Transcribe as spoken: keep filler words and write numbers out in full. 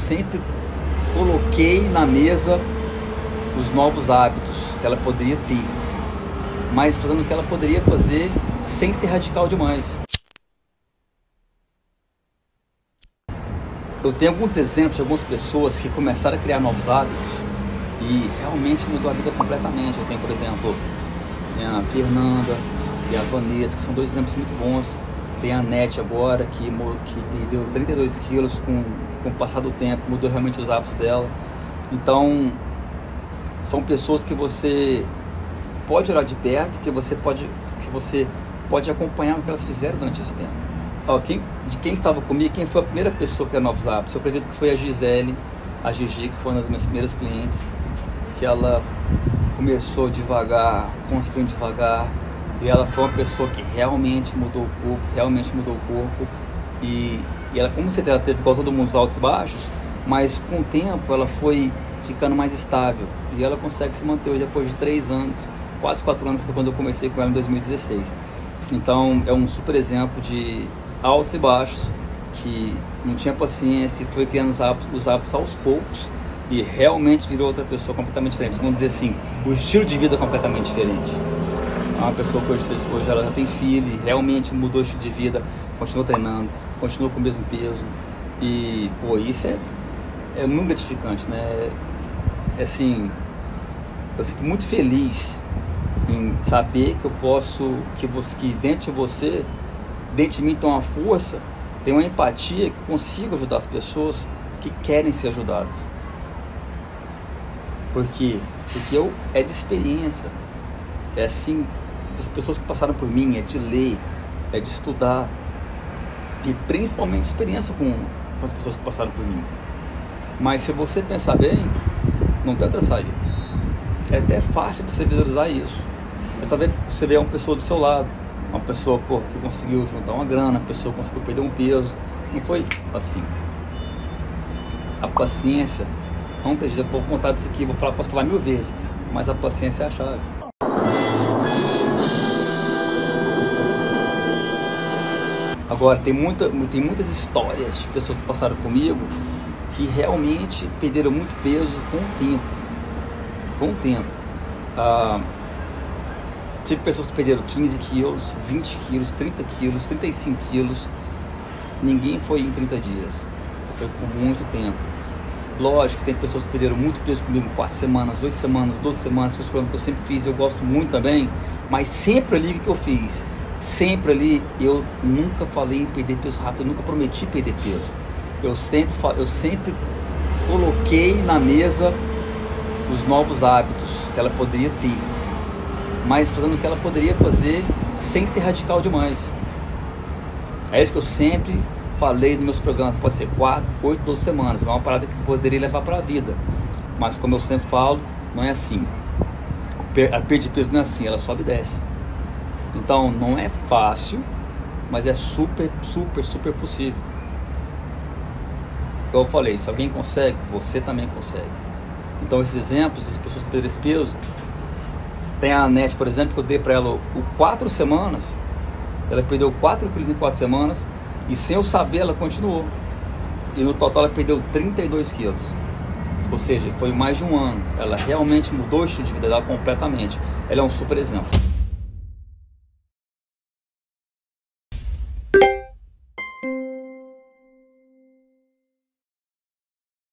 sempre coloquei na mesa os novos hábitos que ela poderia ter, mas fazendo o que ela poderia fazer sem ser radical demais. Eu tenho alguns exemplos de algumas pessoas que começaram a criar novos hábitos e realmente mudou a vida completamente. Eu tenho, por exemplo, a Fernanda e a Vanessa, que são dois exemplos muito bons. Tem a Nete agora, que, que perdeu trinta e dois quilos com, com o passar do tempo, mudou realmente os hábitos dela. Então, são pessoas que você pode olhar de perto, que você pode, que você pode acompanhar o que elas fizeram durante esse tempo. Ó, quem, de quem estava comigo, quem foi a primeira pessoa que criou novos hábitos? Eu acredito que foi a Gisele, a Gigi, que foi uma das minhas primeiras clientes, que ela começou devagar, construindo devagar, e ela foi uma pessoa que realmente mudou o corpo, realmente mudou o corpo, e, e ela, como certeza, ela teve igual todo mundo os altos e baixos, mas com o tempo ela foi ficando mais estável, e ela consegue se manter hoje depois de três anos, quase quatro anos, quando eu comecei com ela em dois mil e dezesseis. Então é um super exemplo de altos e baixos, que não tinha paciência e foi criando os hábitos, os hábitos aos poucos, e realmente virou outra pessoa completamente diferente. Vamos dizer assim, o estilo de vida é completamente diferente. É uma pessoa que hoje, hoje ela já tem filho e realmente mudou o estilo de vida, continuou treinando, continuou com o mesmo peso, e pô, isso é, é muito gratificante, né? É assim, eu sinto muito feliz em saber que eu posso, que, você, que dentro de você, dentro de mim tem uma força, tem uma empatia, que eu consigo ajudar as pessoas que querem ser ajudadas. Por quê? Porque eu, é de experiência, é assim, das pessoas que passaram por mim, é de ler, é de estudar, e principalmente experiência com, com as pessoas que passaram por mim. Mas se você pensar bem, não tem outra saída. É até fácil você visualizar isso. É saber que você vê uma pessoa do seu lado, uma pessoa pô, que conseguiu juntar uma grana, uma pessoa que conseguiu perder um peso. Não foi assim. A paciência, não tem jeito, eu vou contar disso aqui, vou falar, posso falar mil vezes, mas a paciência é a chave. Agora, tem, muita, tem muitas histórias de pessoas que passaram comigo que realmente perderam muito peso com o tempo. Com o tempo. Ah, tive pessoas que perderam quinze quilos, vinte quilos, trinta quilos, trinta e cinco quilos. Ninguém foi em trinta dias. Foi com muito tempo. Lógico que tem pessoas que perderam muito peso comigo em quatro semanas, oito semanas, doze semanas, que os programas que eu sempre fiz, eu gosto muito também. Mas sempre ali o que eu fiz? Sempre ali eu nunca falei em perder peso rápido, eu nunca prometi perder peso. Eu sempre, eu sempre coloquei na mesa os novos hábitos que ela poderia ter, mas fazendo o que ela poderia fazer sem ser radical demais. É isso que eu sempre falei nos meus programas. Pode ser quatro, oito, doze semanas. É uma parada que poderia levar para a vida, mas como eu sempre falo, não é assim. A perda de peso não é assim, ela sobe e desce. Então não é fácil, mas é super, super, super possível. Como eu falei, se alguém consegue, você também consegue. Então esses exemplos, as pessoas que perderam esse peso, tem a Nete, por exemplo, que eu dei para ela o quatro semanas, ela perdeu quatro quilos em quatro semanas, e sem eu saber ela continuou. E no total ela perdeu trinta e dois quilos. Ou seja, foi mais de um ano. Ela realmente mudou o estilo de vida dela completamente. Ela é um super exemplo.